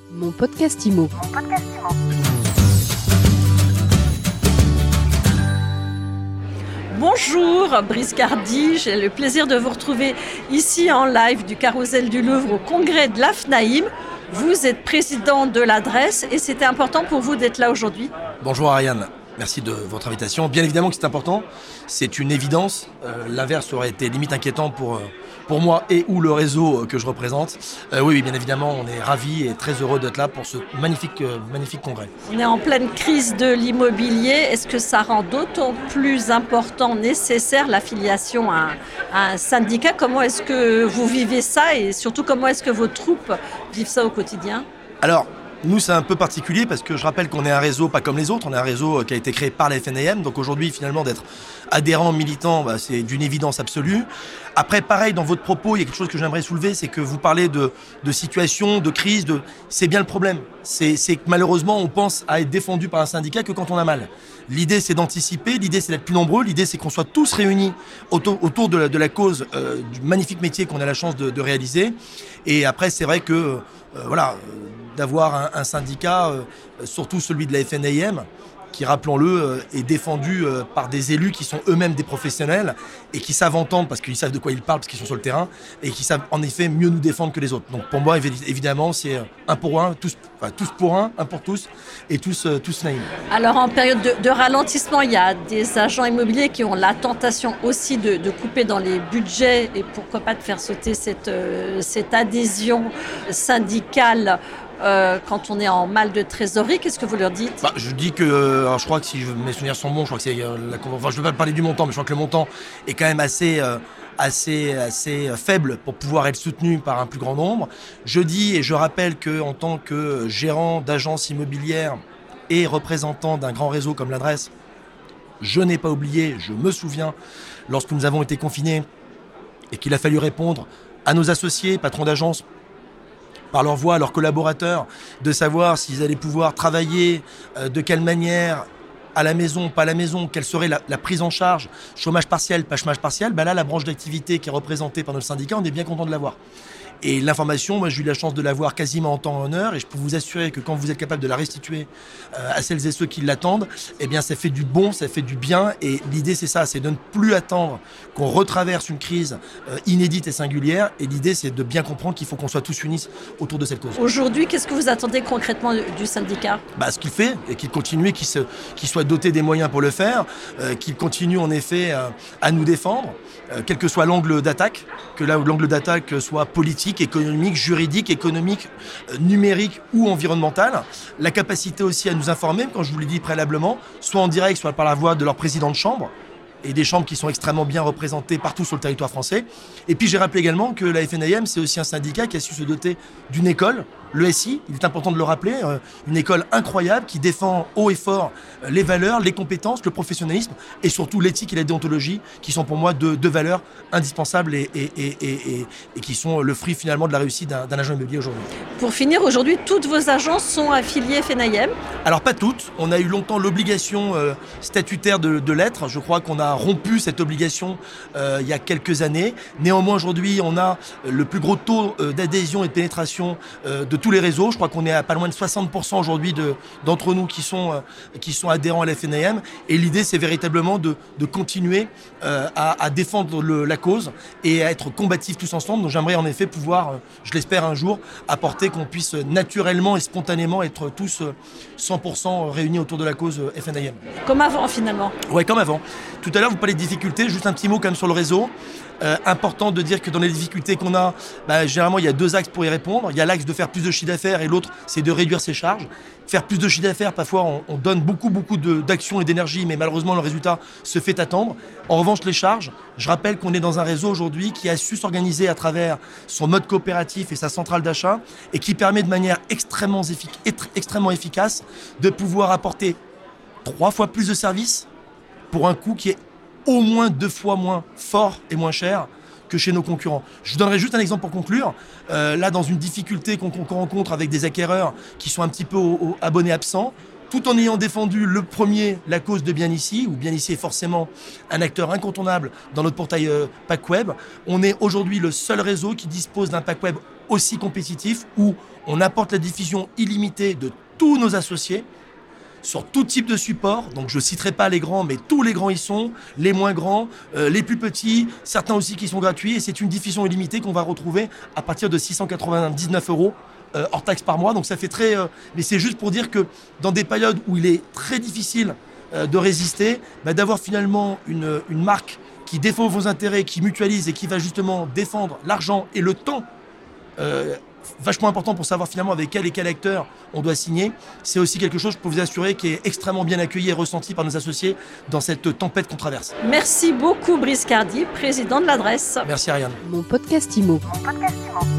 Mon podcast IMO. Bonjour Brice Cardy, j'ai le plaisir de vous retrouver ici en live du Carrousel du Louvre au congrès de l'AFNAIM. Vous êtes président de l'adresse et c'était important pour vous d'être là aujourd'hui. Bonjour Ariane, merci de votre invitation. Bien évidemment que c'est important, c'est une évidence. L'inverse aurait été limite inquiétant pour moi et ou le réseau que je représente. Oui, bien évidemment, on est ravis et très heureux d'être là pour ce magnifique congrès. On est en pleine crise de l'immobilier. Est-ce que ça rend d'autant plus important, nécessaire, l'affiliation à un syndicat ? Comment est-ce que vous vivez ça et surtout comment est-ce que vos troupes vivent ça au quotidien ? Alors, nous, c'est un peu particulier parce que je rappelle qu'on est un réseau pas comme les autres. On est un réseau qui a été créé par la FNAIM. Donc aujourd'hui, finalement, d'être adhérent, militant, c'est d'une évidence absolue. Après, pareil, dans votre propos, il y a quelque chose que j'aimerais soulever, c'est que vous parlez de situation, de crise. C'est bien le problème. C'est que malheureusement, on pense à être défendu par un syndicat que quand on a mal. L'idée, c'est d'anticiper. L'idée, c'est d'être plus nombreux. L'idée, c'est qu'on soit tous réunis autour de la cause du magnifique métier qu'on a la chance de réaliser. Et après, c'est vrai que d'avoir un syndicat, surtout celui de la FNAIM, qui, rappelons-le, est défendu par des élus qui sont eux-mêmes des professionnels et qui savent entendre parce qu'ils savent de quoi ils parlent, parce qu'ils sont sur le terrain et qui savent en effet mieux nous défendre que les autres. Donc pour moi, évidemment, c'est un pour un, tous pour un pour tous et tous naïms. Alors en période de ralentissement, il y a des agents immobiliers qui ont la tentation aussi de couper dans les budgets et pourquoi pas de faire sauter cette adhésion syndicale quand on est en mal de trésorerie. Qu'est-ce que vous leur dites ? Je dis que, alors je crois que si mes souvenirs sont bons, je crois que c'est je ne veux pas parler du montant, mais je crois que le montant est quand même assez faible pour pouvoir être soutenu par un plus grand nombre. Je dis et je rappelle qu'en tant que gérant d'agence immobilière et représentant d'un grand réseau comme l'adresse, je n'ai pas oublié, je me souviens, lorsque nous avons été confinés et qu'il a fallu répondre à nos associés, patrons d'agence, par leur voix, à leurs collaborateurs, de savoir s'ils allaient pouvoir travailler, de quelle manière, à la maison, pas à la maison, quelle serait la prise en charge, chômage partiel, pas chômage partiel, là, la branche d'activité qui est représentée par notre syndicat, on est bien content de l'avoir. Et l'information, moi j'ai eu la chance de l'avoir quasiment en temps et en heure, et je peux vous assurer que quand vous êtes capable de la restituer à celles et ceux qui l'attendent, eh bien ça fait du bon, ça fait du bien, et l'idée c'est ça, c'est de ne plus attendre qu'on retraverse une crise inédite et singulière, et l'idée c'est de bien comprendre qu'il faut qu'on soit tous unis autour de cette cause. Aujourd'hui, qu'est-ce que vous attendez concrètement du syndicat ? Ce qu'il fait, et qu'il continue, qu'il soit doté des moyens pour le faire, qu'il continue en effet à nous défendre, quel que soit l'angle d'attaque, que là où l'angle d'attaque soit politique, économique, juridique, économique, numérique ou environnemental. La capacité aussi à nous informer, quand je vous l'ai dit préalablement, soit en direct, soit par la voix de leur président de chambre, et des chambres qui sont extrêmement bien représentées partout sur le territoire français. Et puis j'ai rappelé également que la FNAIM, c'est aussi un syndicat qui a su se doter d'une école, l'ESI, il est important de le rappeler, une école incroyable qui défend haut et fort les valeurs, les compétences, le professionnalisme et surtout l'éthique et la déontologie qui sont pour moi deux valeurs indispensables et qui sont le fruit finalement de la réussite d'un agent immobilier aujourd'hui. Pour finir, aujourd'hui, toutes vos agences sont affiliées FNAIM ? Alors pas toutes, on a eu longtemps l'obligation statutaire de l'être, je crois qu'on a rompu cette obligation il y a quelques années. Néanmoins aujourd'hui, on a le plus gros taux d'adhésion et de pénétration de tous les réseaux. Je crois qu'on est à pas loin de 60% aujourd'hui d'entre nous qui sont adhérents à la FNAIM. Et l'idée, c'est véritablement de continuer à défendre la cause et à être combatifs tous ensemble. Donc j'aimerais en effet pouvoir, je l'espère un jour, apporter qu'on puisse naturellement et spontanément être tous 100% réunis autour de la cause FNAIM. Comme avant finalement. Ouais, comme avant. Tout à l'heure, vous parlez de difficultés. Juste un petit mot quand même sur le réseau. Important de dire que dans les difficultés qu'on a, généralement il y a deux axes pour y répondre. Il y a l'axe de faire plus de chiffre d'affaires et l'autre c'est de réduire ses charges. Faire plus de chiffre d'affaires, parfois on donne beaucoup d'actions et d'énergie, mais malheureusement le résultat se fait attendre. En revanche, les charges, je rappelle qu'on est dans un réseau aujourd'hui qui a su s'organiser à travers son mode coopératif et sa centrale d'achat et qui permet de manière extrêmement efficace de pouvoir apporter 3 fois plus de services pour un coût qui est au moins 2 fois moins fort et moins cher que chez nos concurrents. Je vous donnerai juste un exemple pour conclure. Là, dans une difficulté qu'on rencontre avec des acquéreurs qui sont un petit peu abonnés absents, tout en ayant défendu le premier, la cause de Bien Ici, où Bien Ici est forcément un acteur incontournable dans notre portail Pack Web, on est aujourd'hui le seul réseau qui dispose d'un Pack Web aussi compétitif où on apporte la diffusion illimitée de tous nos associés sur tout type de support. Donc je ne citerai pas les grands, mais tous les grands y sont, les moins grands, les plus petits, certains aussi qui sont gratuits. Et c'est une diffusion illimitée qu'on va retrouver à partir de 699 € hors taxe par mois. Donc ça fait très... mais c'est juste pour dire que dans des périodes où il est très difficile de résister, d'avoir finalement une marque qui défend vos intérêts, qui mutualise et qui va justement défendre l'argent et le temps vachement important pour savoir finalement avec quel et quel acteur on doit signer. C'est aussi quelque chose, je peux vous assurer, qui est extrêmement bien accueilli et ressenti par nos associés dans cette tempête qu'on traverse. Merci beaucoup Brice Cardy, président de l'Adresse. Merci Ariane. Mon podcast IMO. Mon podcast IMO.